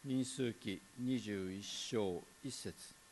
民数記21章1節。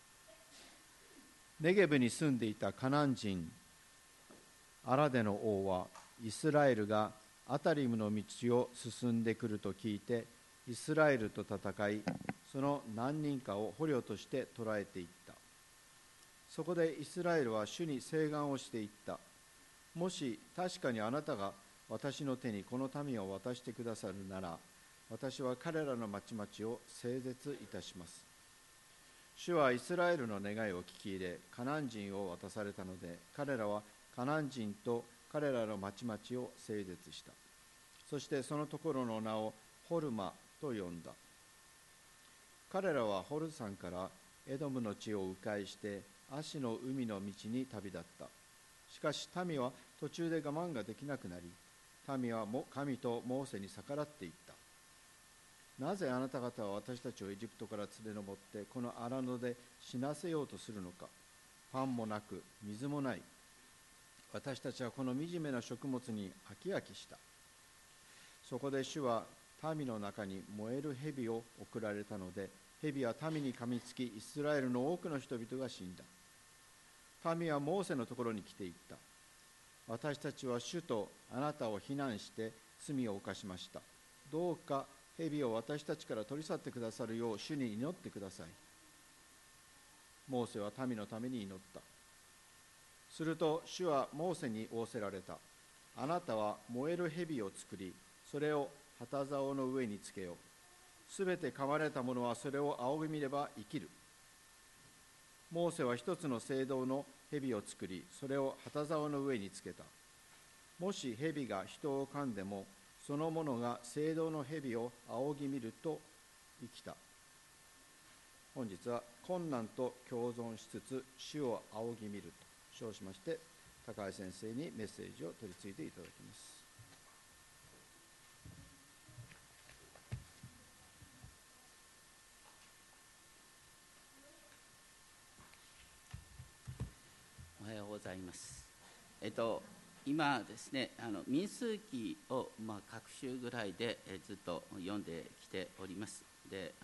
ネゲブに住んでいたカナン人アラデの王は、イスラエルがアタリムの道を進んでくると聞いて、イスラエルと戦い、その何人かを捕虜として捕らえていった。そこでイスラエルは主に請願をしていった。もし確かにあなたが私の手にこの民を渡してくださるなら、私は彼らの町々を整絶いたします。主はイスラエルの願いを聞き入れ、カナン人を渡されたので、彼らはカナン人と彼らの町々を整絶した。そしてそのところの名をホルマと呼んだ。彼らはホル山からエドムの地を迂回してアシの海の道に旅立った。しかし民は途中で我慢ができなくなり、民は神とモーセに逆らっていった。なぜあなた方は私たちをエジプトから連れ上ってこの荒野で死なせようとするのか。パンもなく水もない。私たちはこの惨めな食物に飽き飽きした。そこで主は民の中に燃える蛇を送られたので、蛇は民に噛みつき、イスラエルの多くの人々が死んだ。民はモーセのところに来ていった。私たちは主とあなたを非難して罪を犯しました。どうか蛇を私たちから取り去ってくださるよう主に祈ってください。モーセは民のために祈った。すると主はモーセに仰せられた。あなたは燃える蛇を作り、それを旗竿の上につけよう。すべて噛まれた者はそれを仰ぎ見れば生きる。モーセは一つの青銅の蛇を作り、それを旗竿の上につけた。もし蛇が人を噛んでも、その者が青銅の蛇を仰ぎ見ると生きた。本日は困難と共存しつつ主を仰ぎ見ると称しまして、高橋先生にメッセージを取り次いでいただきます。 おはようございます。今ですね、民数記を各週ぐらいでずっと読んできております。で、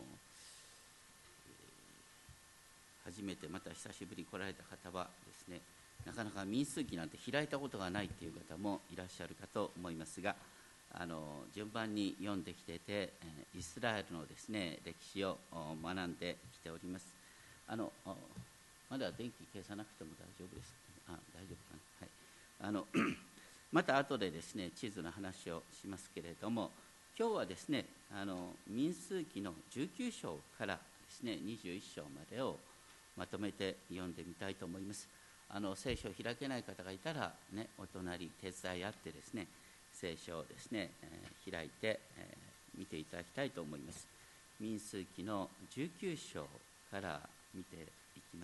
初めてまた久しぶり来られた方はですね、なかなか民数記なんて開いたことがないという方もいらっしゃるかと思いますが、順番に読んできてて、イスラエルのですね歴史を学んできております。まだ電気消さなくても大丈夫ですか、大丈夫かな、はい、また後でですね地図の話をしますけれども、今日はですね民数記の19章からですね21章までをまとめて読んでみたいと思います。聖書を開けない方がいたら、ね、お隣手伝い合ってですね聖書をですね、開いて、見ていただきたいと思います。民数記の19章から見ていきます。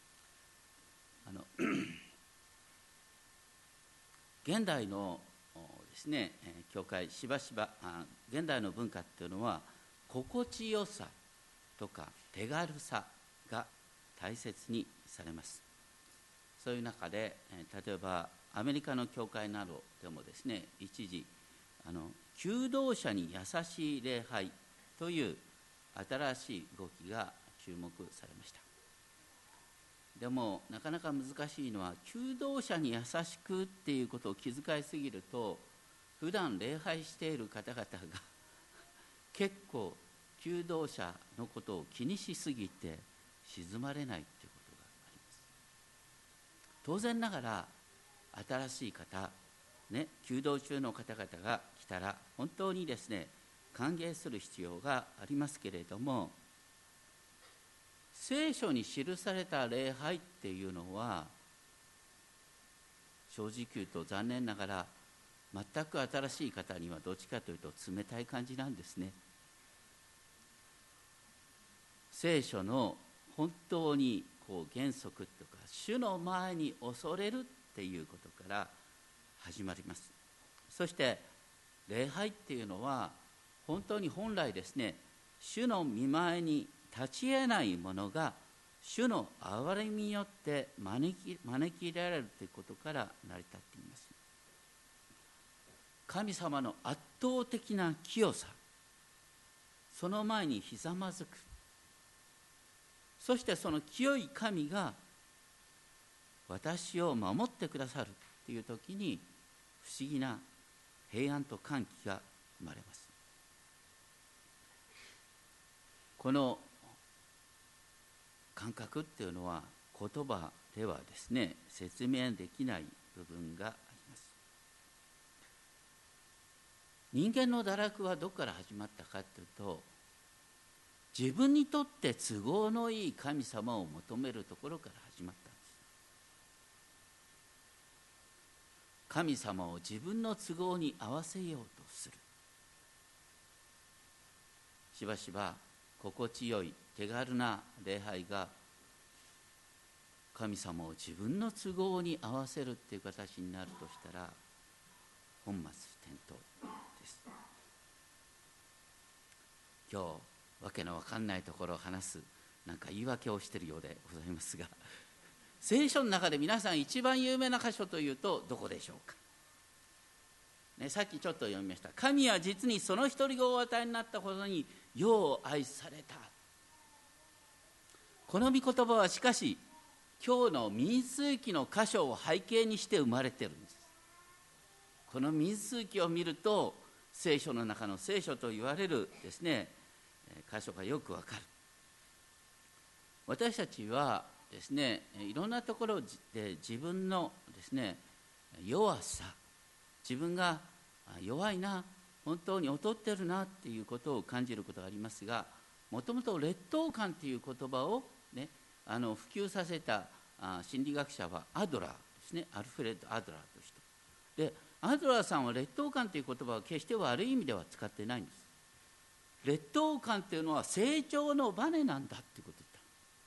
現代のですね教会しばしば現代の文化っていうのは心地よさとか手軽さが大切にされます。そういう中で例えばアメリカの教会などでもですね一時求道者に優しい礼拝という新しい動きが注目されました。でもなかなか難しいのは、求道者に優しくっていうことを気遣いすぎると、普段礼拝している方々が結構求道者のことを気にしすぎて静まれないということがあります。当然ながら新しい方、ね、求道中の方々が来たら本当にですね歓迎する必要がありますけれども、聖書に記された礼拝っていうのは正直言うと残念ながら全く新しい方にはどっちかというと冷たい感じなんですね。聖書の本当に原則とか主の前に恐れるっていうことから始まります。そして礼拝っていうのは本当に本来ですね主の御前に立ち得ないものが主の憐れみによって招きられるということから成り立っています。神様の圧倒的な清さ、 その前にひざまずく。そしてその清い神が私を守ってくださるという時に、不思議な平安と歓喜が生まれます。この感覚っていうのは言葉ではですね、説明できない部分があります。人間の堕落はどこから始まったかというと、自分にとって都合のいい神様を求めるところから始まったんです。神様を自分の都合に合わせようとする。しばしば心地よい手軽な礼拝が神様を自分の都合に合わせるっていう形になるとしたら本末転倒です。今日わけのわかんないところを話す、なんか言い訳をしているようでございますが、聖書の中で皆さん一番有名な箇所というとどこでしょうか、ね、さっきちょっと読みました。神は実にその一人子をお与えになったほどに世を愛された。この御言葉はしかし今日の民数記の箇所を背景にして生まれているんです。この民数記を見ると聖書の中の聖書と言われるですね、箇所がよくわかる。私たちはですね、いろんなところで自分のですね、弱さ、自分が弱いな、本当に劣ってるなっていうことを感じることがありますが、もともと劣等感という言葉を、ね、普及させた心理学者はアドラーですね、アルフレッド・アドラーという人で、アドラーさんは劣等感という言葉は決して悪い意味では使ってないんです。劣等感というのは成長のバネなんだということだ。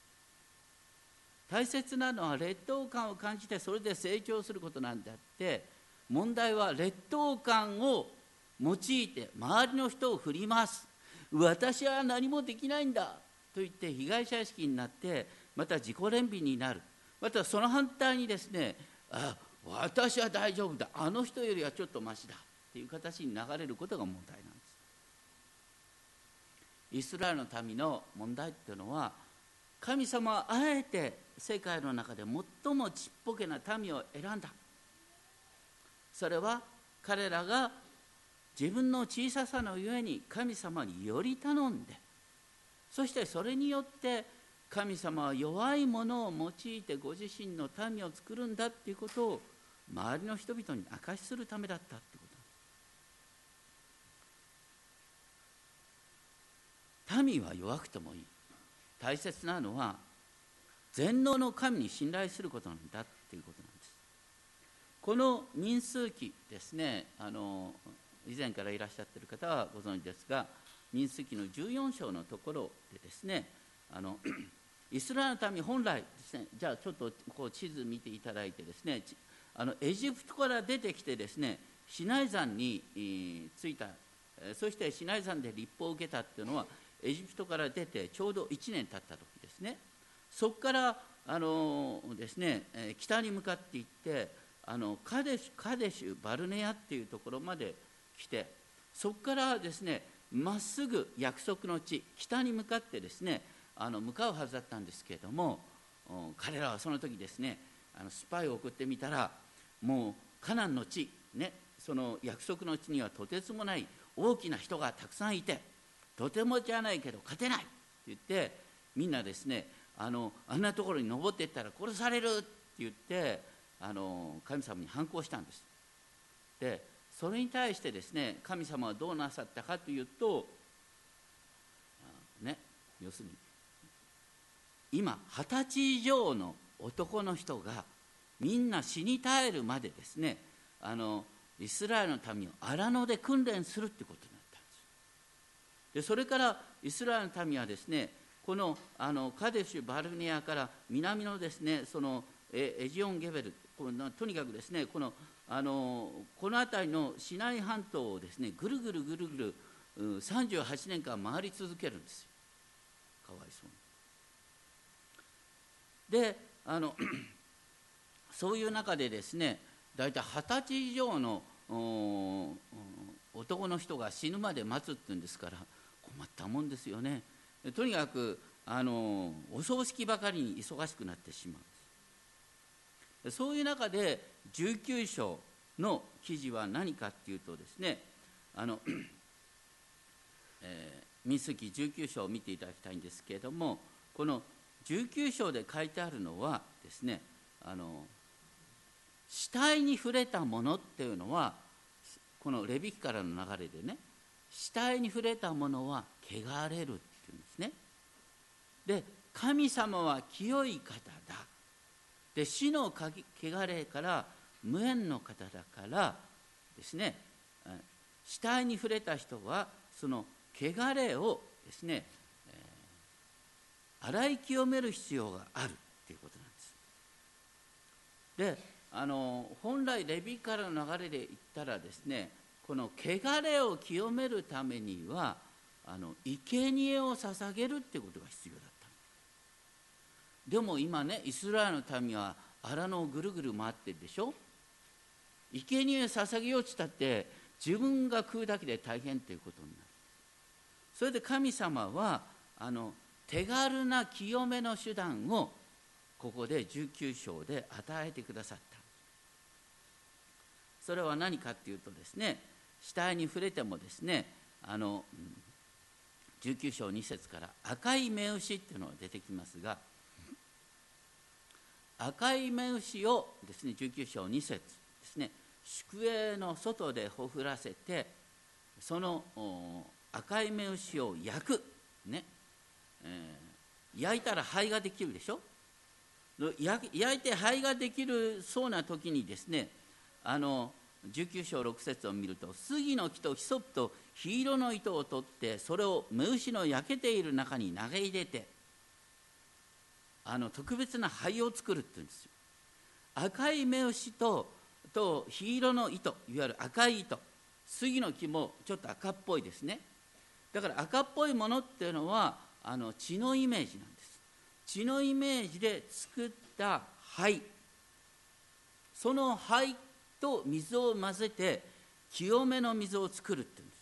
大切なのは劣等感を感じてそれで成長することなんであって、問題は劣等感を用いて周りの人を振り回す。私は何もできないんだと言って被害者意識になって、また自己憐憫になる。またその反対にですね、私は大丈夫だ、あの人よりはちょっとマシだっていう形に流れることが問題なんです。イスラエルの民の問題っていうのは、神様はあえて世界の中で最もちっぽけな民を選んだ。それは彼らが自分の小ささのゆえに神様により頼んで、そしてそれによって神様は弱いものを用いてご自身の民を作るんだっていうことを周りの人々に証しするためだったってこと。民は弱くてもいい。大切なのは全能の神に信頼することなんだっていうことなんです。この民数記ですね、以前からいらっしゃっている方はご存知ですが、民数記の14章のところでですね、イスラエルの民本来ですね、じゃあちょっとこう地図見ていただいてですね、エジプトから出てきてですね、シナイ山に着いた。そしてシナイ山で立法を受けたっていうのはエジプトから出てちょうど1年経った時ですね。そこからですね、北に向かっていってカデシュバルネアっていうところまで来て、そこからですねまっすぐ約束の地北に向かってですね向かうはずだったんですけれども、彼らはその時ですねスパイを送ってみたら、もうカナンの地ね、その約束の地にはとてつもない大きな人がたくさんいて、とてもじゃないけど勝てないって言って、みんなですねあんなところに登っていったら殺されるって言って神様に反抗したんです。でそれに対してですね神様はどうなさったかというと、要するに今20歳以上の男の人がみんな死に絶えるまでですねイスラエルの民を荒野で訓練するということになったんです。でそれからイスラエルの民はですねこのカデシュバルネアから南のですねそのエジオンゲベル、とにかくですねこの辺りのシナイ半島をですねぐるぐる38年間回り続けるんですよ。かわいそうに。でそういう中でですねだいたい20歳以上の男の人が死ぬまで待つっていうんですから、 困ったもんですよね。とにかくお葬式ばかりに忙しくなってしまうんです。そういう中で19章の記事は何かっていうとですね、民数記19章を見ていただきたいんですけれども、この19章で書いてあるのはですね、死体に触れたものっていうのは、このレビ記からの流れでね、死体に触れたものは汚れるっていうんですね。で、神様は清い方だ。で、死の汚れから無縁の方だからですね、死体に触れた人はその汚れをですね、洗い清める必要があるということなんです。で、本来レビからの流れで言ったらですね、この汚れを清めるためには生贄を捧げるっていうことが必要だった。でも今ね、イスラエルの民は荒野をぐるぐる回ってるでしょ。生贄捧げようとしたって自分が食うだけで大変ということになる。それで神様は手軽な清めの手段をここで19章で与えてくださった。それは何かっていうとですね、死体に触れてもですね、19章2節から赤い目牛っていうのが出てきますが、赤い目牛をですね、19章2節ですね、宿営の外でほふらせて、その赤い目牛を焼く、ね、焼いたら灰ができるでしょ。焼いて灰ができるそうな時にですね、19章6節を見ると、杉の木とヒソップと火色の糸を取って、それを目牛の焼けている中に投げ入れて、特別な灰を作るって言うんですよ。赤い目牛と火色の糸、いわゆる赤い糸、杉の木もちょっと赤っぽいですね。だから赤っぽいものっていうのは血のイメージなんです。血のイメージで作った灰、その灰と水を混ぜて清めの水を作るって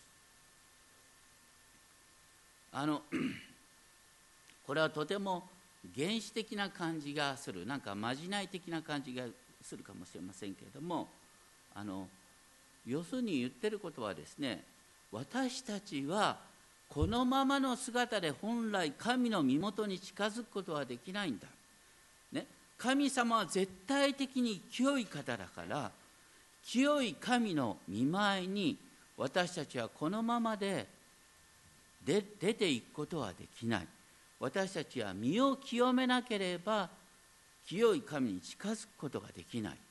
言うんです。これはとても原始的な感じがする、なんかまじない的な感じがするかもしれませんけれども、要するに言ってることはですね、私たちはこのままの姿で本来神の身元に近づくことはできないんだ、ね、神様は絶対的に清い方だから、清い神の御前に私たちはこのままで出ていくことはできない。私たちは身を清めなければ清い神に近づくことができない。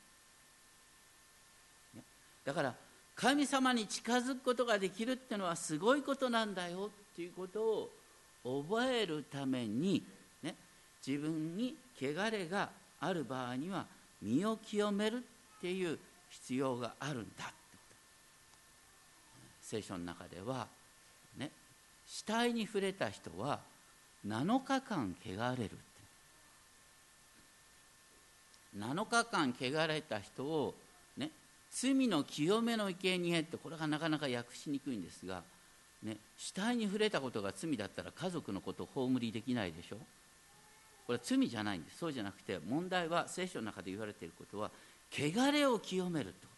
だから神様に近づくことができるっていうのはすごいことなんだよっていうことを覚えるために、ね、自分に汚れがある場合には身を清めるっていう必要があるんだってこと。聖書の中では、ね、死体に触れた人は7日間汚れるって。7日間汚れた人をね、罪の清めの生贄って、これがなかなか訳しにくいんですが、ね、死体に触れたことが罪だったら家族のことを葬りできないでしょ。これは罪じゃないんです。そうじゃなくて、問題は聖書の中で言われていることは汚れを清めるってことです。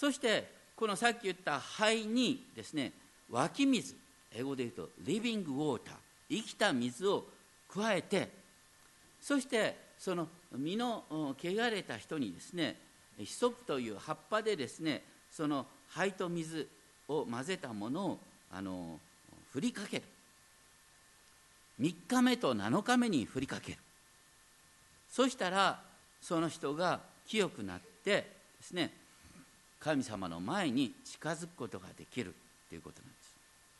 そしてこのさっき言った灰にですね、湧き水、英語で言うとリビングウォーター、生きた水を加えて、そしてその身の汚れた人にですね、ヒソップという葉っぱでですね、その灰と水を混ぜたものを振りかける。3日目と7日目に振りかける。そしたらその人が清くなってですね、神様の前に近づくことができるということなんです。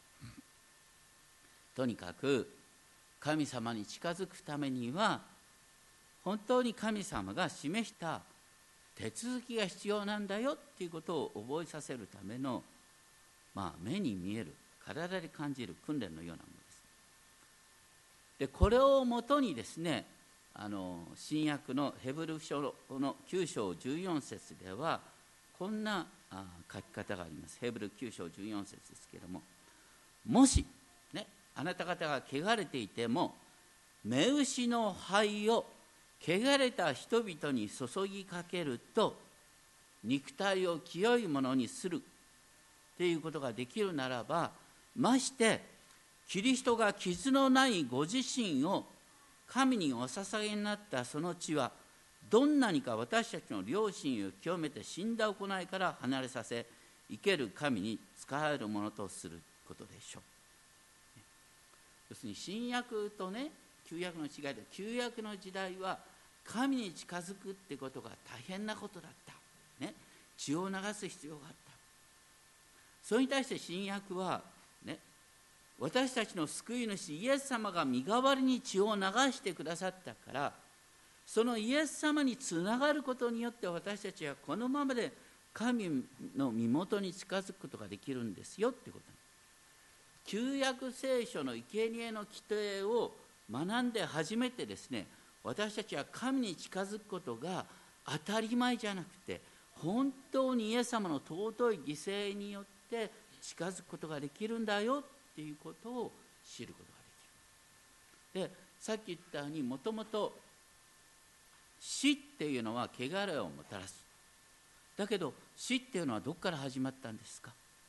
とにかく神様に近づくためには、本当に神様が示した手続きが必要なんだよっていうことを覚えさせるための、目に見える、体で感じる訓練のようなものです。でこれをもとにですね、新約のヘブル書の9章14節ではこんな書き方があります。ヘブル9章14節ですけれども、 もし、ね、あなた方が汚れていても雌牛の灰を汚れた人々に注ぎかけると肉体を清いものにするということができるならば、ましてキリストが傷のないご自身を神にお捧げになったその血は、どんなにか私たちの良心を清めて死んだ行いから離れさせ、生ける神に仕えるものとすることでしょう。要するに新約とね、旧約の違いで、旧約の時代は神に近づくってことが大変なことだった、ね、血を流す必要があった。それに対して新約は、ね、私たちの救い主イエス様が身代わりに血を流してくださったから、そのイエス様につながることによって私たちはこのままで神の身元に近づくことができるんですよってこと。旧約聖書の生贄の規定を学んで初めてですね、私たちは神に近づくことが当たり前じゃなくて、本当にイエス様の尊い犠牲によって近づくことができるんだよっていうことを知ることができる。で、さっき言ったように、もともと死っていうのは汚れをもたらす。だけど死っていうのはどこから始まったんですか？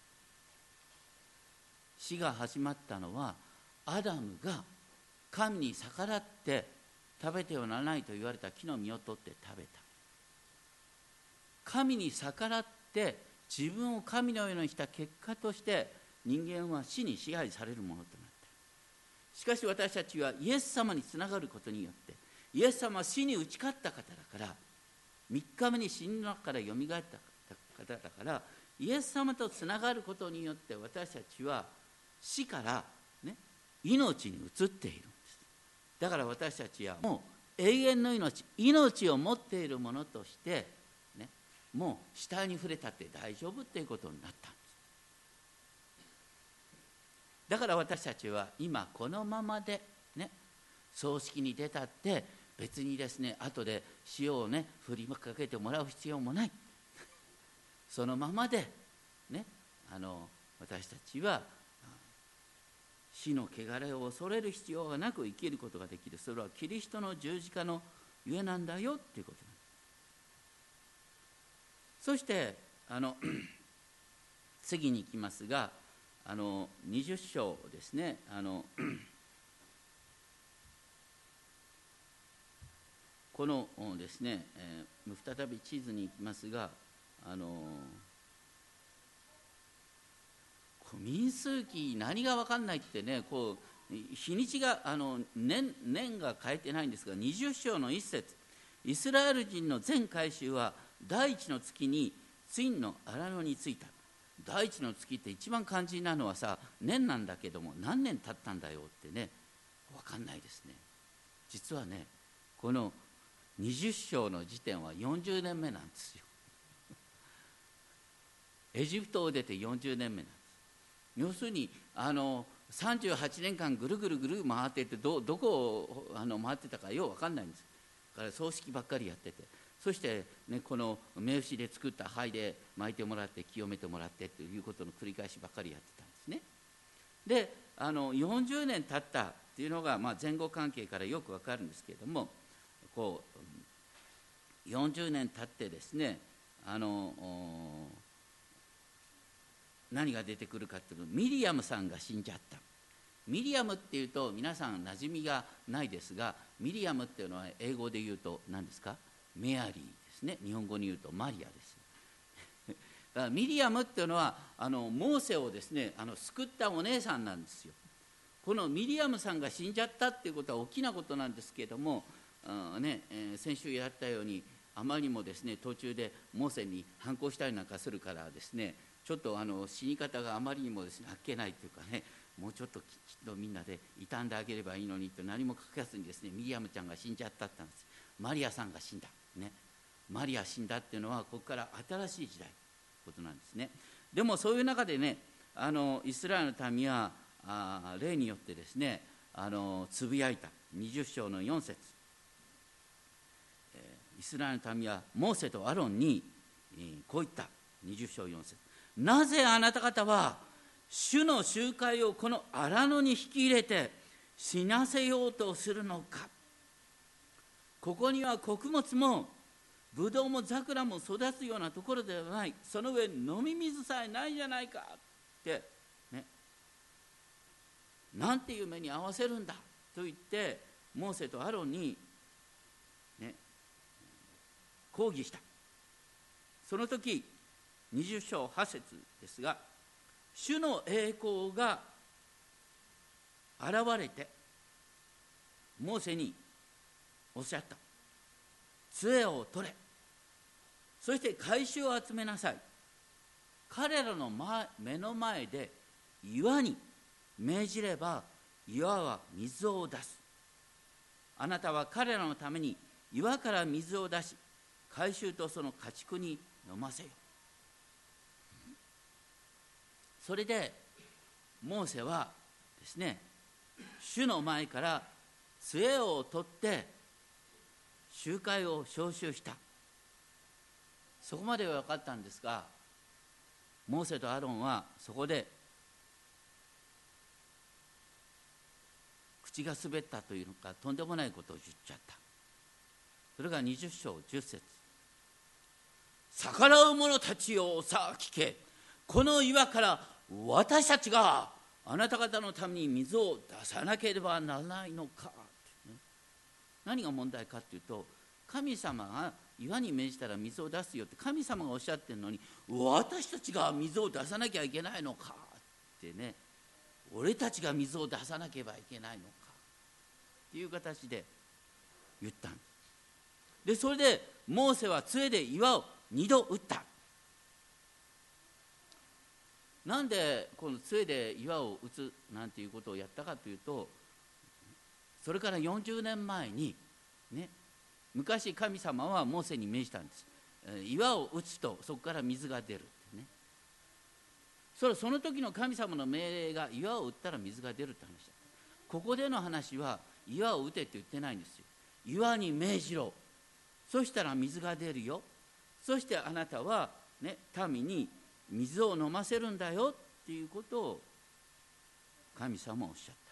死が始まったのはアダムが神に逆らって食べてはならないと言われた木の実を取って食べた。神に逆らって自分を神のようにした結果として人間は死に支配されるものとなった。しかし私たちはイエス様につながることによって、イエス様は死に打ち勝った方だから、3日目に死の中からよみがえった方だから、イエス様とつながることによって私たちは死から、ね、命に移っているんです。だから私たちはもう永遠の命を持っているものとして、ね、もう死体に触れたって大丈夫っていうことになったんです。だから私たちは今このままでね、葬式に出たって別にですね、後で塩をね振りかけてもらう必要もない。そのままでね、私たちは死の汚れを恐れる必要がなく生きることができる。それはキリストの十字架のゆえなんだよっていうことなんです。そして次に行きますが、20章ですね。このですね、再び地図に行きますが、民数記何が分かんないってね、こう日にちが年が変えてないんですが、20章の1節、イスラエル人の全会衆は第一の月にツインの荒野に着いた。第一の月って一番肝心なのはさ、年なんだけども何年経ったんだよってね、分かんないですね。実はね、この20章の時点は40年目なんですよ。エジプトを出て40年目なんです。要するに38年間ぐるぐる回っていて、どこを回ってたかよう分かんないんです。だから葬式ばっかりやってて、そして、ね、この雌牛で作った灰で巻いてもらって清めてもらってということの繰り返しばっかりやってたんですね。で40年経ったっていうのが、前後関係からよく分かるんですけれども、こう40年経ってですね、何が出てくるかっていうと、ミリアムさんが死んじゃった。ミリアムっていうと皆さん馴染みがないですが、ミリアムっていうのは英語で言うと何ですか？メアリーですね。日本語に言うとマリアです。だからミリアムっていうのはモーセをですね救ったお姉さんなんですよ。このミリアムさんが死んじゃったっていうことは大きなことなんですけれども、先週やったようにあまりにもですね途中でモーセに反抗したりなんかするからですね、ちょっと死に方があまりにもですねあっけないというかね、もうちょっときちっとみんなで傷んであげればいいのにと何も書かずにですね、ミリアムちゃんが死んじゃったって言ったんです。マリアさんが死んだ、ね、マリア死んだっていうのはここから新しい時代ということなんですね。でもそういう中でね、イスラエルの民は霊によってですねつぶやいた。20章の4節、イスラエルの民はモーセとアロンにこう言った。20章4節、なぜあなた方は主の集会をこの荒野に引き入れて死なせようとするのか。ここには穀物もブドウも桜も育つようなところではない、その上飲み水さえないじゃないかってね、なんていう目に合わせるんだと言ってモーセとアロンに、ね、抗議した。その時20章8節ですが、主の栄光が現れてモーセにおっしゃった。杖を取れ、そして回収を集めなさい。彼らの目の前で岩に命じれば岩は水を出す。あなたは彼らのために岩から水を出し、回収とその家畜に飲ませよ。それでモーセはですね、主の前から杖を取って集会を招集した。そこまでは分かったんですが、モーセとアロンはそこで口が滑ったというのか、とんでもないことを言っちゃった。それが20章10節。逆らう者たちよ、さあ聞け。この岩から私たちがあなた方のために水を出さなければならないのか、ね、何が問題かというと、神様が岩に命じたら水を出すよって神様がおっしゃってるのに、私たちが水を出さなきゃいけないのかってね、俺たちが水を出さなければいけないのかっていう形で言ったんです。でそれでモーセは杖で岩を2度打った。なんでこの杖で岩を打つなんていうことをやったかというと、それから40年前にね、昔神様はモーセに命じたんです。岩を打つとそこから水が出るってね。その時の神様の命令が岩を打ったら水が出るって話だった。ここでの話は岩を打てって言ってないんですよ。岩に命じろ、そしたら水が出るよ、そしてあなたは、ね、民に水を飲ませるんだよっていうことを神様はおっしゃった。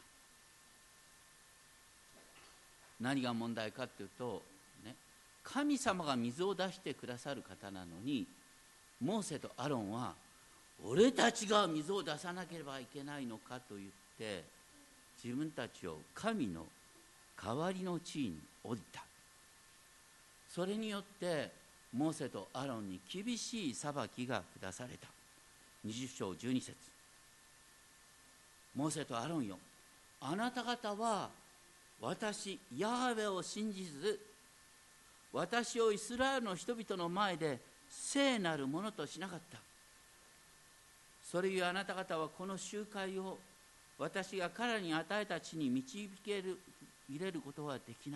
何が問題かというと、ね、神様が水を出してくださる方なのに、モーセとアロンは俺たちが水を出さなければいけないのかと言って自分たちを神の代わりの地位に降りた。それによってモーセとアロンに厳しい裁きが下された。20章12節。モーセとアロンよ、あなた方は私ヤハウェを信じず、私をイスラエルの人々の前で聖なるものとしなかった。それゆえあなた方はこの集会を私が彼らに与えた地に入れることはできない。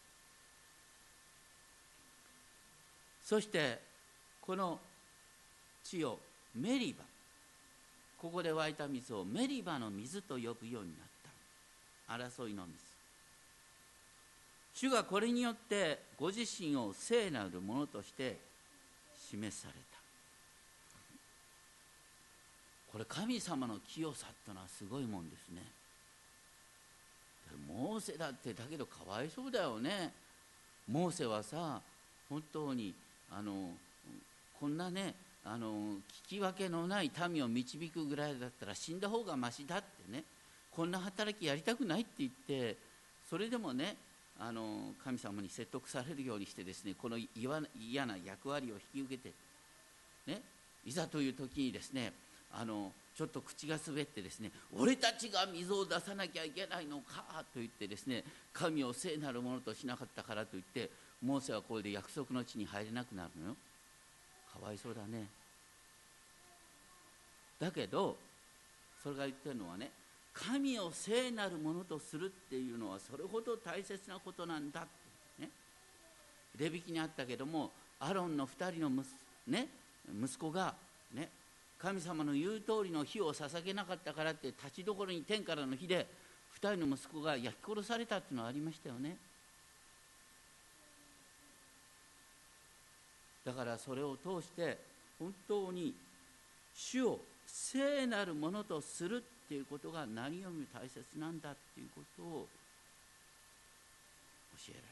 そしてこの地をメリバ、ここで湧いた水をメリバの水と呼ぶようになった。争いの水。主がこれによってご自身を聖なるものとして示された。これ神様の清さってのはすごいもんですね。モーセだってだけどかわいそうだよね。モーセはさ、本当にこんなね、聞き分けのない民を導くぐらいだったら死んだ方がましだってね、こんな働きやりたくないって言って、それでもね、神様に説得されるようにしてですね、この嫌な役割を引き受けて、ね、いざという時にですね、ちょっと口が滑ってですね、俺たちが水を出さなきゃいけないのかと言ってですね、神を聖なるものとしなかったからといってモーセはこれで約束の地に入れなくなるのよ。かわいそうだね。だけどそれが言ってるのはね、神を聖なるものとするっていうのはそれほど大切なことなんだって、ね、レビ記にあったけども、アロンの2人の息子がね、神様の言う通りの火を捧げなかったからって立ちどころに天からの火で2人の息子が焼き殺されたっていうのはありましたよね。だからそれを通して本当に主を聖なるものとするっていうことが何よりも大切なんだっていうことを教えられ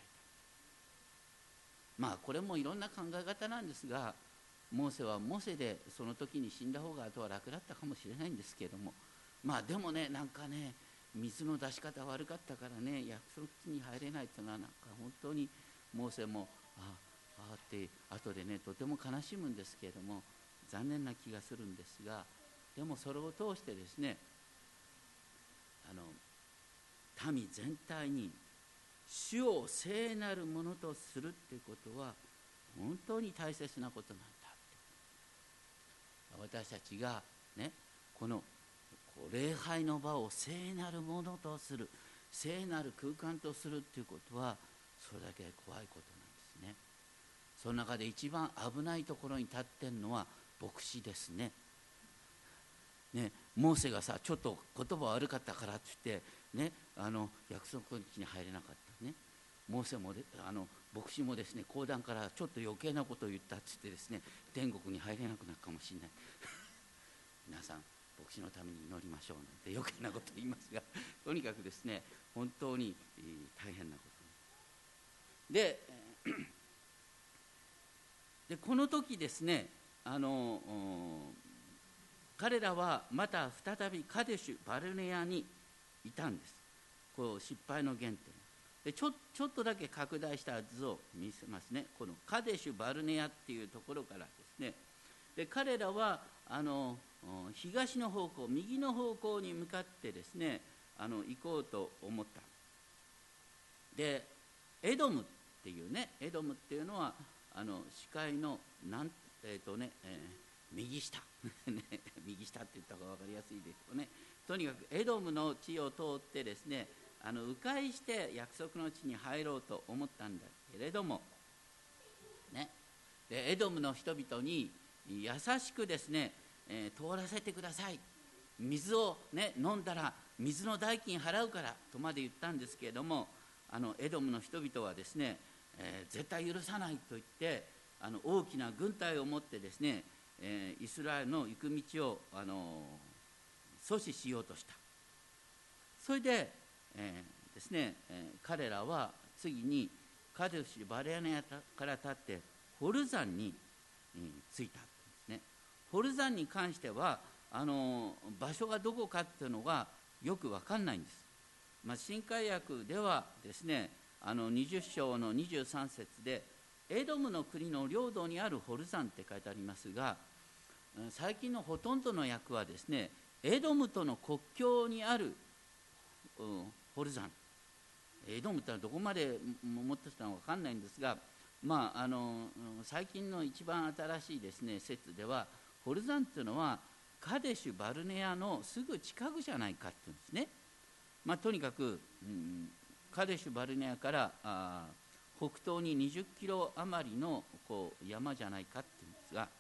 た。まあこれもいろんな考え方なんですが、モーセはモーセでその時に死んだ方が後は楽だったかもしれないんですけれども、まあでもね、なんかね、水の出し方悪かったからね、約束地に入れないというのはなんか本当にモーセもって後でねとても悲しむんですけれども、残念な気がするんですが、でもそれを通してですね、民全体に主を聖なるものとするっていうことは本当に大切なことなんだ。私たちがね、この礼拝の場を聖なるものとする、聖なる空間とするっていうことはそれだけ怖いことなんですね。その中で一番危ないところに立ってるのは牧師ですね。モーセがさ、ちょっと言葉悪かったからって言ってね、約束地に入れなかったね。モーセも牧師もですね、講談からちょっと余計なことを言ったって言ってですね、天国に入れなくなるかもしれない皆さん牧師のために祈りましょうなんて余計なこと言いますが、とにかくですね、本当に大変なことで、この時ですね、彼らはまた再びカデシュバルネアにいたんです。こう失敗の原点でちょっとだけ拡大した図を見せますね。このカデシュバルネアっていうところからですね、で彼らは東の方向、右の方向に向かってですね、行こうと思った。でエドムっていうね、エドムっていうのは視界の右下右下って言った方が分かりやすいですよね。とにかくエドムの地を通ってですね、迂回して約束の地に入ろうと思ったんだけれどもね、でエドムの人々に優しくですね、通らせてください、水を、ね、飲んだら水の代金払うからとまで言ったんですけれども、エドムの人々はですね、絶対許さないと言って大きな軍隊を持ってですね、イスラエルの行く道を阻止しようとした。それで、ですね、彼らは次にカデシュバルネアから立ってホル山に、着いたんですね。ホル山に関しては場所がどこかっていうのがよく分かんないんです。新海訳ではですね、20章の23節でエドムの国の領土にあるホル山って書いてありますが、最近のほとんどの訳はですね、エドムとの国境にあるホル山、エドムってのはどこまで持ってたのか分かんないんですが、最近の一番新しいですね説では、ホル山っていうのはカデシュバルネアのすぐ近くじゃないかっていうんですね。とにかく、カデシュバルネアから北東に20キロ余りの山じゃないかっていうんですが、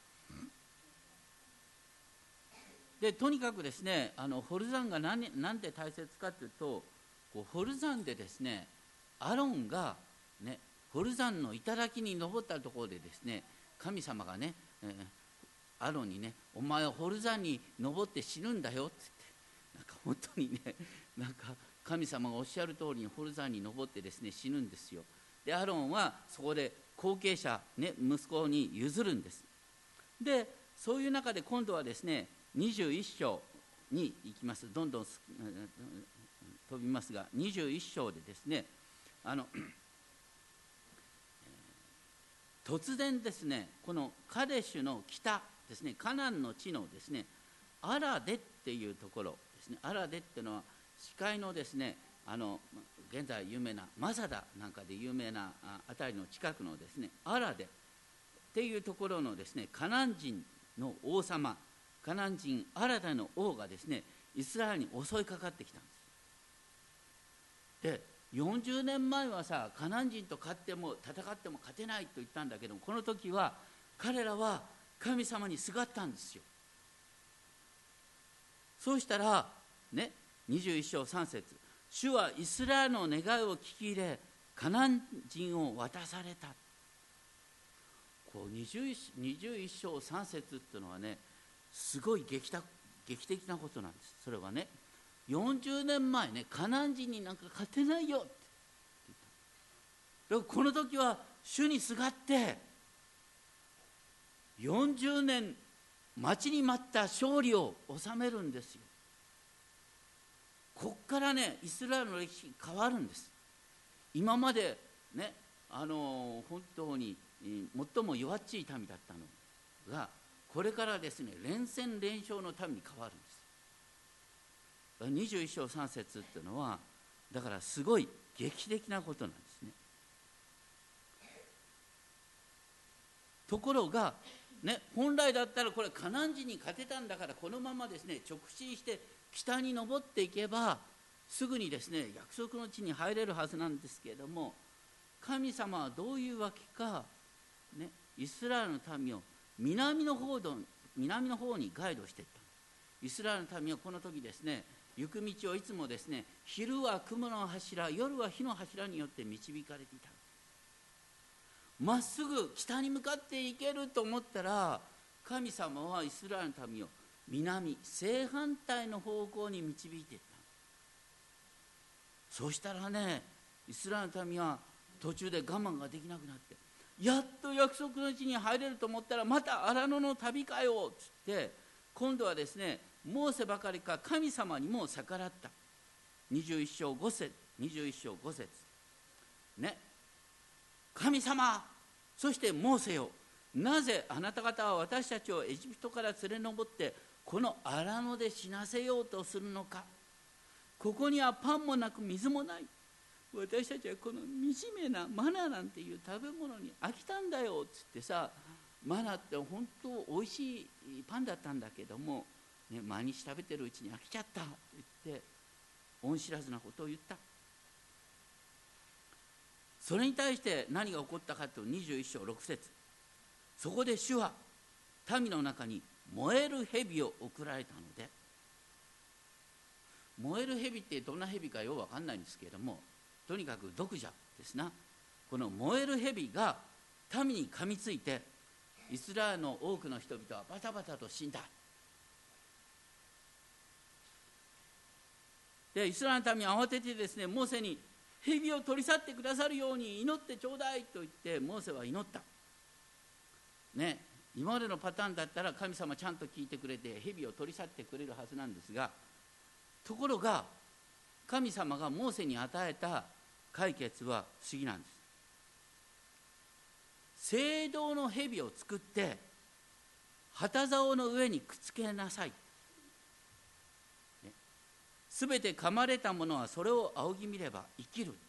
でとにかくですね、ホル山がなんで大切かというと、ホル山でですね、アロンが、ね、ホル山の頂に登ったところでですね、神様がね、アロンにね、お前はホル山に登って死ぬんだよって言って、なんか本当にね、なんか神様がおっしゃる通りにホル山に登ってですね死ぬんですよ。でアロンはそこで後継者、ね、息子に譲るんです。でそういう中で今度はですね21章に行きます。どんどん飛びますが、21章でですね、突然ですね、このカデシュの北ですね、カナンの地のですね、アラデっていうところですね。アラデっていうのは死海のですね、現在有名なマサダなんかで有名なあたりの近くのですね、アラデっていうところのですね、カナン人の王様、カナン人アラデの王がですね、イスラエルに襲いかかってきたんです。で40年前はさ、カナン人と戦っても勝てないと言ったんだけども、この時は彼らは神様にすがったんですよ。そうしたらね、21章3節、主はイスラエルの願いを聞き入れ、カナン人を渡された。こう 21章3節っていうのはね、すごい劇劇的なことなんです。それはね、40年前ね、カナン人になんか勝てないよって言った。だからこの時は主にすがって40年待ちに待った勝利を収めるんですよ。こっからね、イスラエルの歴史変わるんです。今までね、本当に最も弱っちい民だったのが、これからですね、連戦連勝の民に変わるんです。21章3節っていうのはだからすごい劇的なことなんですね。ところがね、本来だったらこれカナン人に勝てたんだから、このままですね直進して北に登っていけばすぐにですね約束の地に入れるはずなんですけれども、神様はどういうわけか、ね、イスラエルの民を南の方にガイドしていった。イスラエルの民はこの時ですね、行く道をいつもですね、昼は雲の柱、夜は火の柱によって導かれていた。まっすぐ北に向かっていけると思ったら、神様はイスラエルの民を南、正反対の方向に導いていった。そうしたらね、イスラエルの民は途中で我慢ができなくなって、やっと約束の地に入れると思ったら、また荒野の旅かよっつって、今度はですね、モーセばかりか神様にも逆らった。21章5節ね、神様、そしてモーセよ、なぜあなた方は私たちをエジプトから連れ上ってこの荒野で死なせようとするのか。ここにはパンもなく水もない。私たちはこの惨めなマナなんていう食べ物に飽きたんだよっつってさ、マナって本当おいしいパンだったんだけども、ね、毎日食べてるうちに飽きちゃったって言って恩知らずなことを言った。それに対して何が起こったかというと、21章6節、そこで主は民の中に燃える蛇を送られたので、燃える蛇ってどんな蛇かよく分かんないんですけれども、とにかく毒蛇ですな。この燃える蛇が民に噛みついて、イスラエルの多くの人々はバタバタと死んだ。でイスラエルの民は慌ててですね、モーセに蛇を取り去ってくださるように祈ってちょうだいと言ってモーセは祈ったね。今までのパターンだったら神様ちゃんと聞いてくれて蛇を取り去ってくれるはずなんですが、ところが神様がモーセに与えた解決は不思議なんです。青銅の蛇を作って旗竿の上にくっつけなさい。すべて噛まれた者はそれを仰ぎ見れば生きる。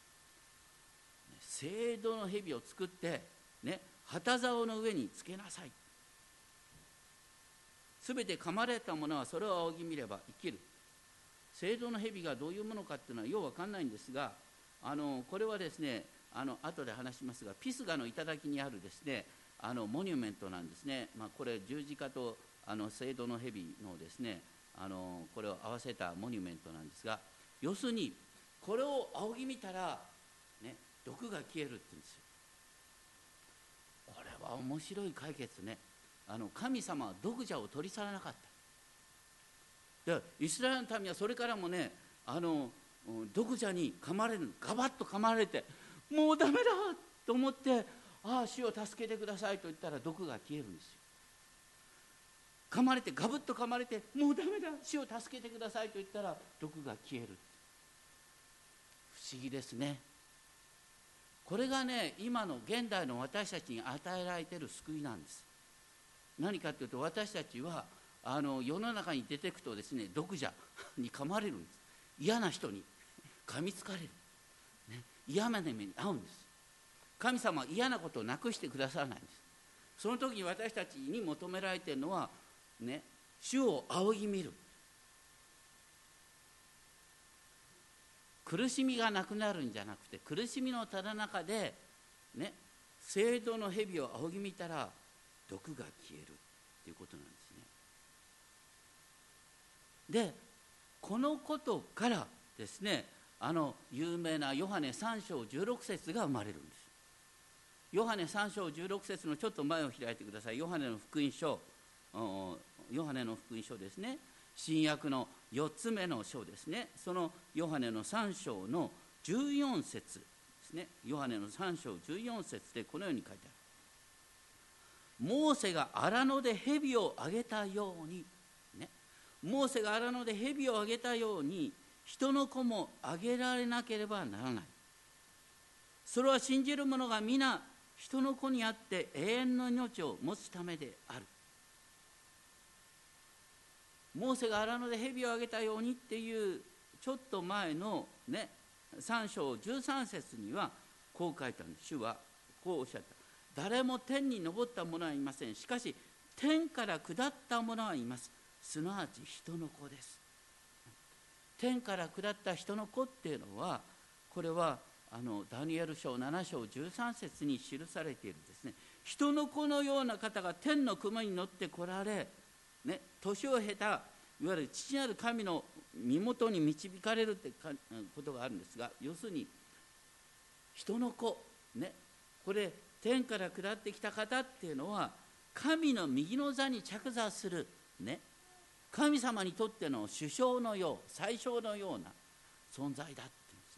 青銅の蛇を作って、ね、旗竿の上につけなさい。すべて噛まれた者はそれを仰ぎ見れば生きる。青銅の蛇がどういうものかっていうのはようわかんないんですが、これはですね、後で話しますが、ピスガの頂にあるですね、モニュメントなんですね。これ十字架と青銅の蛇のですね、これを合わせたモニュメントなんですが、要するにこれを仰ぎ見たら、ね、毒が消えるって言うんですよ。これは面白い解決ね。神様は毒蛇を取り去らなかった。でイスラエルの民はそれからもね、毒蛇に噛まれる、ガバッと噛まれて、もうダメだと思って、ああ主を助けてくださいと言ったら毒が消えるんですよ。噛まれて、ガブッと噛まれて、もうダメだ主を助けてくださいと言ったら毒が消える。不思議ですね。これがね、今の現代の私たちに与えられている救いなんです。何かというと、私たちは世の中に出てくとですね、毒蛇に噛まれるんです。嫌な人に噛みつかれる、ね、嫌な目に遭うんです。神様は嫌なことをなくしてくださらないんです。その時に私たちに求められているのはね、主を仰ぎ見る。苦しみがなくなるんじゃなくて、苦しみのただ中でね、青銅の蛇を仰ぎ見たら毒が消えるということなんですね。でこのことからですね、有名なヨハネ3章16節が生まれるんです。ヨハネ3章16節のちょっと前を開いてください。ヨハネの福音書ですね。 新約の4つ目の章ですね。そのヨハネの3章の14節ですね。ヨハネの3章14節でこのように書いてある。モーセが荒野で蛇をあげたように、ね、モーセが荒野で蛇をあげたように人の子もあげられなければならない。それは信じる者が皆人の子にあって永遠の命を持つためである。モーセが荒野で蛇をあげたようにっていうちょっと前のね3章13節にはこう書いたんです。主はこうおっしゃった。誰も天に昇った者はいません。しかし天から下った者はいます。すなわち人の子です。天から下った人の子っていうのは、これはダニエル書7章13節に記されているですね、人の子のような方が天の雲に乗って来られ、ね、年を経たいわゆる父なる神の身元に導かれるってことがあるんですが、要するに人の子、ね、これ天から下ってきた方っていうのは神の右の座に着座する、ね、神様にとっての首相のよう最小のような存在だっていうんですね。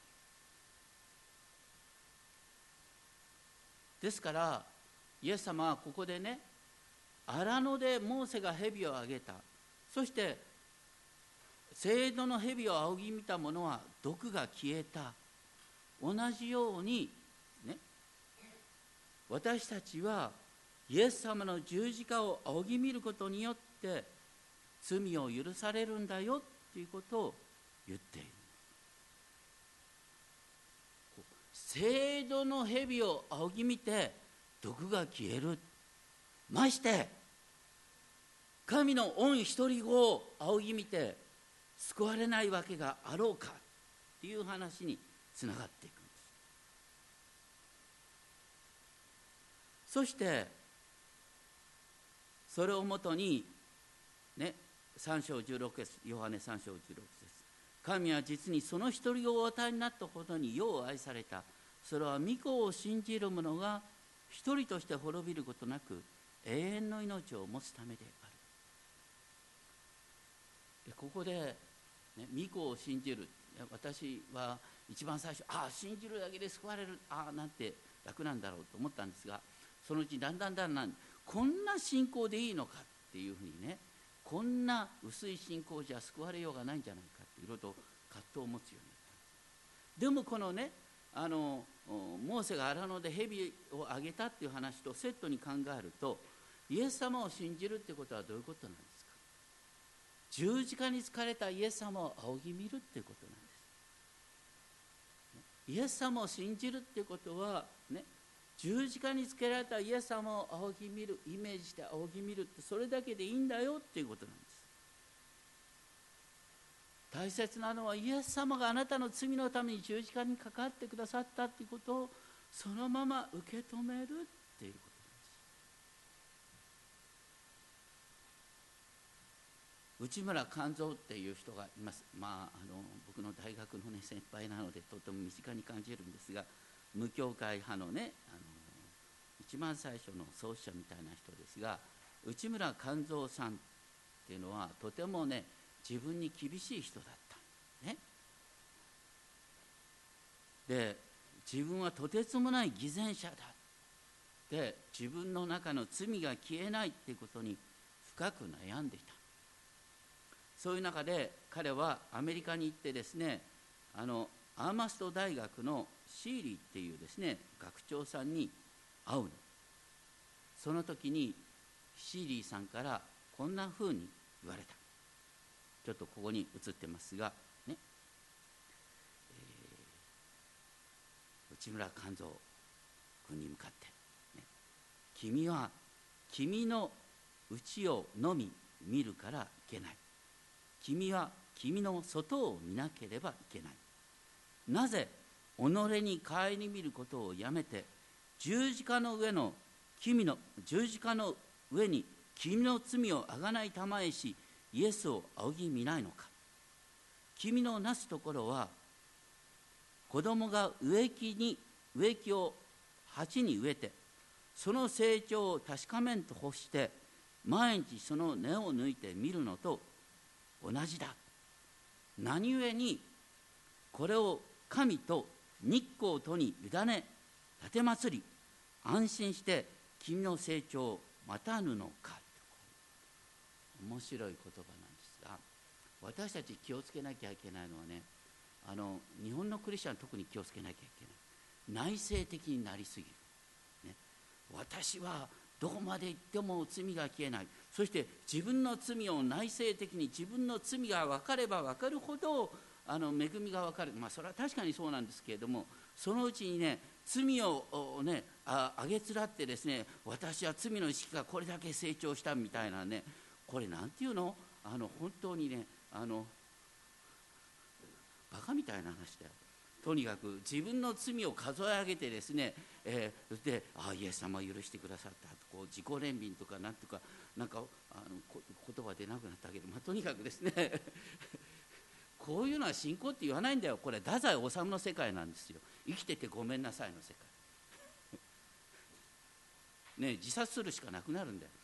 ですからイエス様はここでね、荒野でモーセが蛇をあげた、そして聖堂の蛇を仰ぎ見た者は毒が消えた、同じようにね、私たちはイエス様の十字架を仰ぎ見ることによって罪を許されるんだよということを言っている。聖堂の蛇を仰ぎ見て毒が消える、まして神の御一人子を仰ぎ見て救われないわけがあろうかという話につながっていくんです。そしてそれをもとにね、3章16節、ヨハネ3章16節、神は実にその一人子をお与えになったことによう愛された。それは御子を信じる者が一人として滅びることなく永遠の命を持つためである。でここで、ね、御子を信じる、私は一番最初信じるだけで救われるなんて楽なんだろうと思ったんですが、そのうちだんだんこんな信仰でいいのかっていうふうにね、こんな薄い信仰じゃ救われようがないんじゃないかっていろいろと葛藤を持つようになった。でもこのねモーセが荒野で蛇をあげたっていう話とセットに考えると、イエス様を信じるってことはどういうことなんですか。十字架につかれたイエス様を仰ぎ見るっていうことなんです。イエス様を信じるっていうことはね、十字架につけられたイエス様を仰ぎ見る、イメージして仰ぎ見るって、それだけでいいんだよっていうことなんです。大切なのはイエス様があなたの罪のために十字架にかかってくださったっていうことをそのまま受け止めるっていうことなんです。内村勘三っていう人がいます。僕の大学の、ね、先輩なのでとても身近に感じるんですが、無教会派のね一番最初の創始者みたいな人ですが、内村勘三さんっていうのはとてもね自分に厳しい人だったね。で自分はとてつもない偽善者だで、自分の中の罪が消えないっていうことに深く悩んでいた。そういう中で彼はアメリカに行ってですね、アーマスト大学のシーリーっていうですね学長さんに会うの。その時にシーリーさんからこんなふうに言われた。ちょっとここに映ってますがね、内村勘三君に向かって、ね、君は君の内をのみ見るからいけない。君は君の外を見なければいけない。なぜ己に顧みることをやめて十字架の上に君の罪をあがないたまえしイエスを仰ぎ見ないのか。君のなすところは子供が植木を鉢に植えてその成長を確かめんと欲して毎日その根を抜いて見るのと同じだ。何故これを神と日光とに委ね奉り安心して君の成長を待たぬのか。面白い言葉なんですが、私たち気をつけなきゃいけないのはね、日本のクリスチャン特に気をつけなきゃいけない。内省的になりすぎる、ね、私はどこまで行っても罪が消えない。そして自分の罪を内省的に、自分の罪が分かれば分かるほど恵みが分かる。それは確かにそうなんですけれども、そのうちにね、罪をねあげつらってですね、私は罪の意識がこれだけ成長したみたいなね、これなんていうの、本当にねバカみたいな話だよ。とにかく自分の罪を数え上げてですね、でイエス様は許してくださったと、こう自己憐憫とかなんとか言葉出なくなったけど、とにかくですねこういうのは信仰って言わないんだよ。これ太宰治の世界なんですよ。生きててごめんなさいの世界ね、自殺するしかなくなるんだよ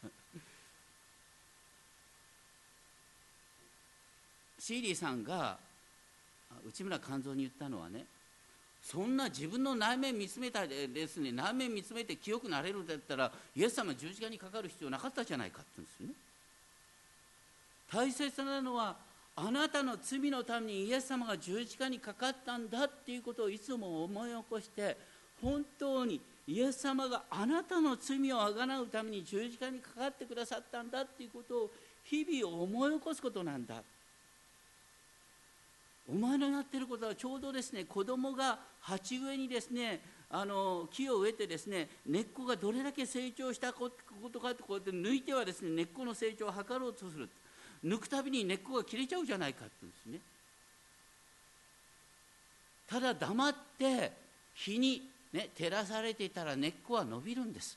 シーリーさんが内村勘三に言ったのはね、そんな自分の内面見つめたですね、内面見つめて清くなれるんだったらイエス様十字架にかかる必要なかったじゃないかって言うんですよね。大切なのはあなたの罪のためにイエス様が十字架にかかったんだっていうことをいつも思い起こして、本当にイエス様があなたの罪をあがなうために十字架にかかってくださったんだっていうことを日々思い起こすことなんだ。お前のやってることはちょうどですね、子供が鉢植えにですね木を植えてですね、根っこがどれだけ成長したことかってこうやって抜いてはですね、根っこの成長を測ろうとする。抜くたびに根っこが切れちゃうじゃないかって言うんですね。ただ黙って日に、ね、照らされていたら根っこは伸びるんです。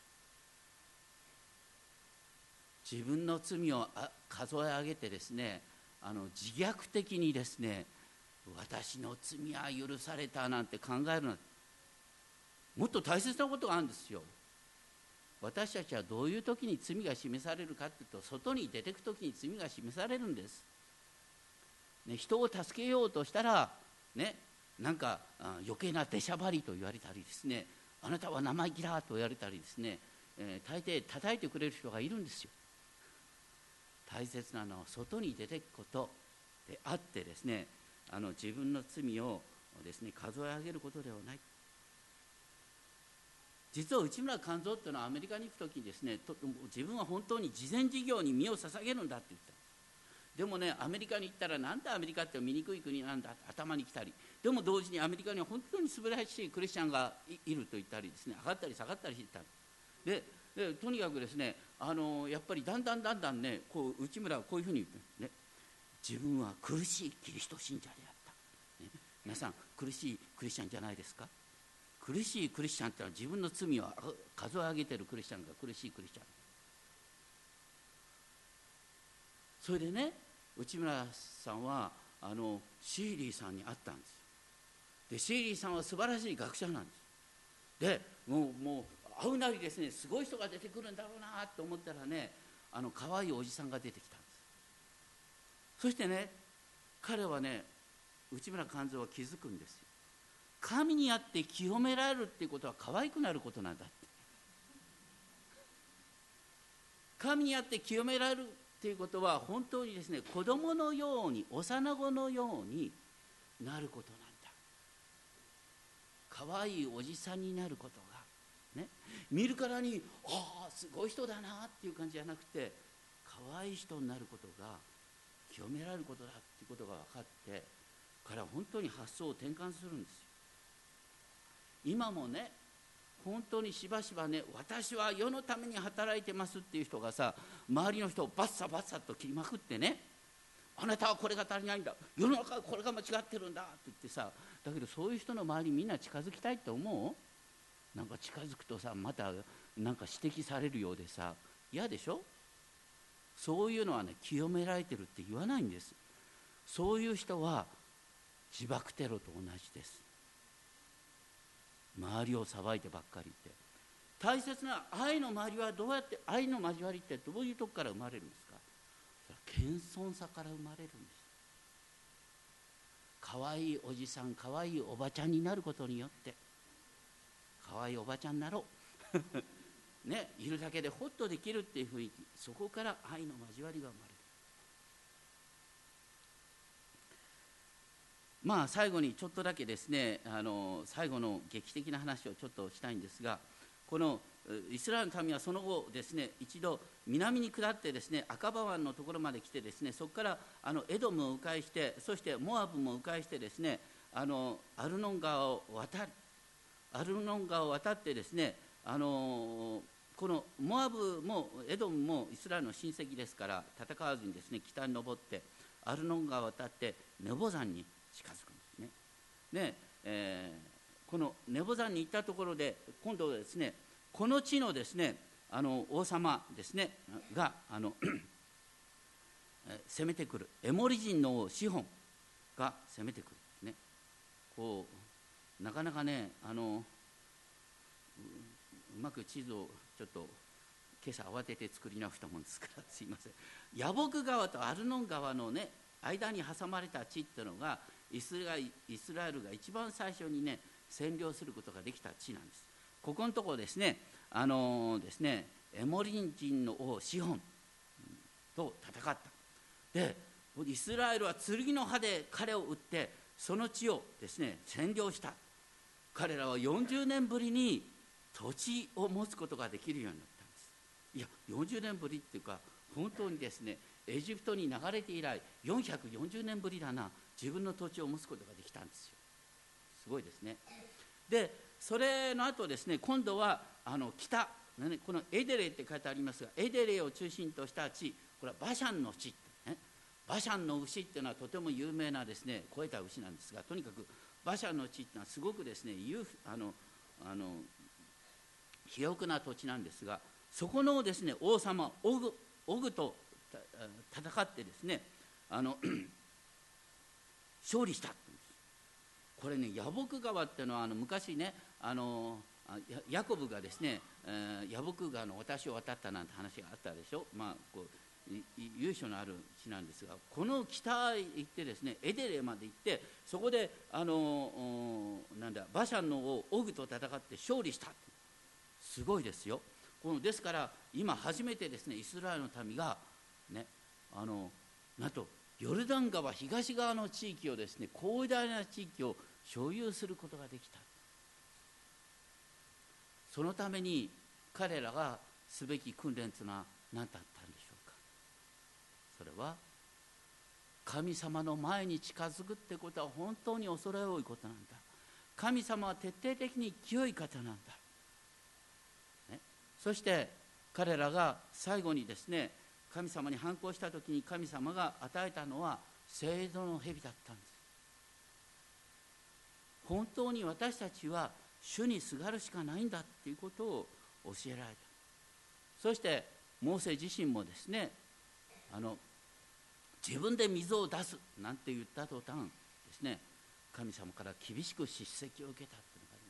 自分の罪を数え上げてですね、自虐的にですね、私の罪は許されたなんて考えるのは、もっと大切なことがあるんですよ。私たちはどういう時に罪が示されるかというと、外に出てく時に罪が示されるんです、ね、人を助けようとしたら、ね、なんか余計な出しゃばりと言われたりですね、あなたは生意気だと言われたりですね、大抵叩いてくれる人がいるんですよ。大切なのは外に出ていくことであってですね、自分の罪をですね数え上げることではない。実は内村勘三っていうのはアメリカに行くときにですね、自分は本当に慈善事業に身を捧げるんだって言った。でもね、アメリカに行ったら、なんでアメリカって醜い国なんだって頭に来たり、でも同時にアメリカには本当に素晴らしいクリスチャンがいると言ったりですね、上がったり下がったりしてた。でとにかくですね、やっぱりだんだんね、内村はこういうふうに言う、ね、自分は苦しいキリスト信者であった、ね、皆さん苦しいクリスチャンじゃないですか。苦しいクリスチャンってのは自分の罪を数え上げているクリスチャンが苦しいクリスチャン。それでね、内村さんはシーリーさんに会ったんです。でシーリーさんは素晴らしい学者なんです。でもう会うなりですね、すごい人が出てくるんだろうなと思ったらね、可愛いおじさんが出てきたんです。そしてね、彼はね、内村勘三は気づくんですよ。神にあって清められるっていうことは可愛くなることなんだって。神にあって清められるっていうことは本当にですね、子供のように、幼子のようになることなんだ。可愛いおじさんになることがね、見るからにすごい人だなっていう感じじゃなくて、可愛い人になることが清められることだっていうことが分かって、彼は本当に発想を転換するんですよ。今もね、本当にしばしばね、私は世のために働いてますっていう人がさ、周りの人をバッサバッサと切りまくってね、あなたはこれが足りないんだ、世の中はこれが間違ってるんだって言ってさ、だけどそういう人の周りみんな近づきたいって思う？なんか近づくとさ、またなんか指摘されるようでさ、嫌でしょ？そういうのはね、清められてるって言わないんです。そういう人は自爆テロと同じです。周りを裁いてばっかりいて。大切な愛の周りはどうやって、愛の交わりってどういうとこから生まれるんですか？ 謙遜さから生まれるんです。かわいいおじさん、かわいいおばちゃんになることによって、かわいいおばちゃんになろうね、いるだけでホッとできるっていう雰囲気、そこから愛の交わりが生まれる。まあ最後にちょっとだけですね、最後の劇的な話をちょっとしたいんですが、このイスラエルの民はその後ですね、一度南に下ってですね、赤羽湾のところまで来てですね、そこからエドムを迂回して、そしてモアブも迂回してですね、アルノン川を渡ってですね、このモアブもエドムもイスラエルの親戚ですから、戦わずにですね、北に登ってアルノン川を渡ってネボ山に近づくんですね。で、このネボ山に行ったところで、今度はですね、この地のですね、王様ですねが攻めてくる、エモリ人の王シホンが攻めてくるんですね。こうなかなかね、うまく地図をちょっと今朝慌てて作り直したもんですからすいません。ヤボク川とアルノン川のね間に挟まれた地っていうのがイスラエルが一番最初にね占領することができた地なんです。ここのところですね、ですね、エモリ人の王シホンと戦った。で、イスラエルは剣の刃で彼を撃ってその地をですね占領した。彼らは40年ぶりに土地を持つことができるようになったんです。いや、40年ぶりっていうか、本当にですね、エジプトに流れて以来440年ぶりだな、自分の土地を持つことができたんですよ。すごいですね。で、それの後ですね、今度は北、このエデレって書いてありますが、エデレを中心とした地、これはバシャンの地ってね、バシャンの牛っていうのはとても有名なですね、肥えた牛なんですが、とにかくバシャンの地っていうのはすごくですね、肥沃な土地なんですが、そこのですね王様オグと戦ってですね勝利したって言うんです。これね、ヤボク川っていうのは昔ねヤコブがですね、ヤボク川の私を渡ったなんて話があったでしょ。まあこう由緒のある地なんですが、この北へ行ってですね、エデレまで行って、そこでバシャンの王オグと戦って勝利した。すごいですよ。ですから今初めてですね、イスラエルの民がね、なんとヨルダン川東側の地域をですね、広大な地域を所有することができた。そのために彼らがすべき訓練というのは何だったんでしょうか。それは神様の前に近づくってことは本当に恐れ多いことなんだ。神様は徹底的に清い方なんだ、ね、そして彼らが最後にですね、神様に反抗したときに神様が与えたのは聖堂の蛇だったんです。本当に私たちは主にすがるしかないんだっていうことを教えられた。そしてモーセ自身もですね、自分で水を出すなんて言った途端ですね、神様から厳しく叱責を受けたというのがあり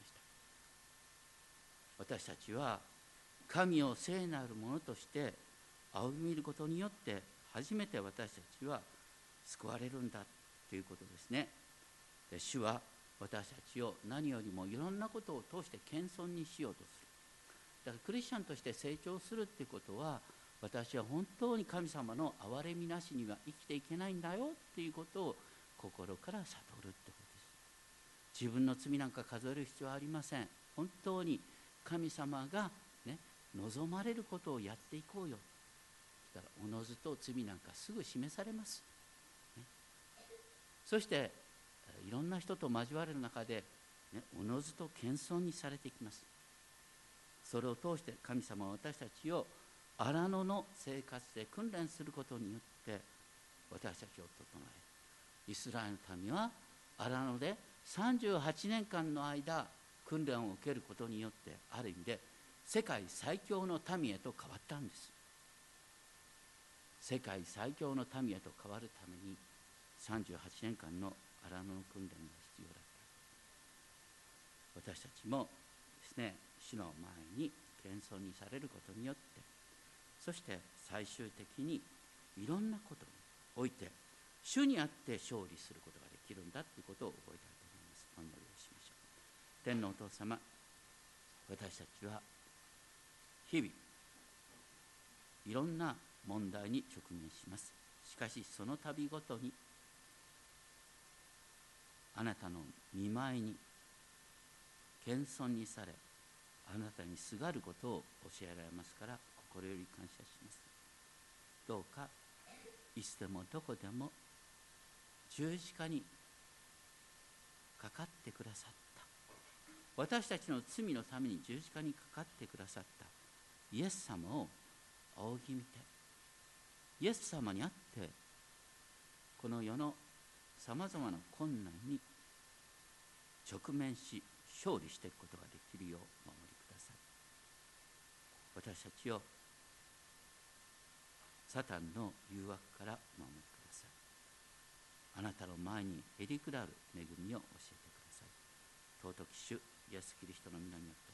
ました。私たちは神を聖なるものとして仰ぎ見ることによって初めて私たちは救われるんだということですね。で、主は私たちを何よりもいろんなことを通して謙遜にしようとする。だからクリスチャンとして成長するっていうことは、私は本当に神様の憐れみなしには生きていけないんだよっていうことを心から悟るってことです。自分の罪なんか数える必要はありません。本当に神様がね、望まれることをやっていこうよ。そしたらおのずと罪なんかすぐ示されます、ね、そしていろんな人と交わる中で、ね、おのずと謙遜にされていきます。それを通して神様は私たちを荒野の生活で訓練することによって私たちを整え、イスラエルの民は荒野で38年間の間訓練を受けることによってある意味で世界最強の民へと変わったんです。世界最強の民へと変わるために38年間の荒野の訓練が必要だった。私たちもですね、主の前に謙遜にされることによって、そして最終的にいろんなことにおいて主にあって勝利することができるんだということを覚えたいと思います。お祈りをしましょう。天のお父様、私たちは日々いろんな問題に直面します。しかしその度ごとにあなたの御前に謙遜にされ、あなたにすがることを教えられますから、心より感謝します。どうかいつでもどこでも十字架にかかってくださった、私たちの罪のために十字架にかかってくださったイエス様を仰ぎ見て、イエス様にあってこの世のさまざまな困難に直面し勝利していくことができるようお守りください。私たちをサタンの誘惑から守りください。あなたの前にへりくだる恵みを教えてください。尊き主イエスキリストの皆によって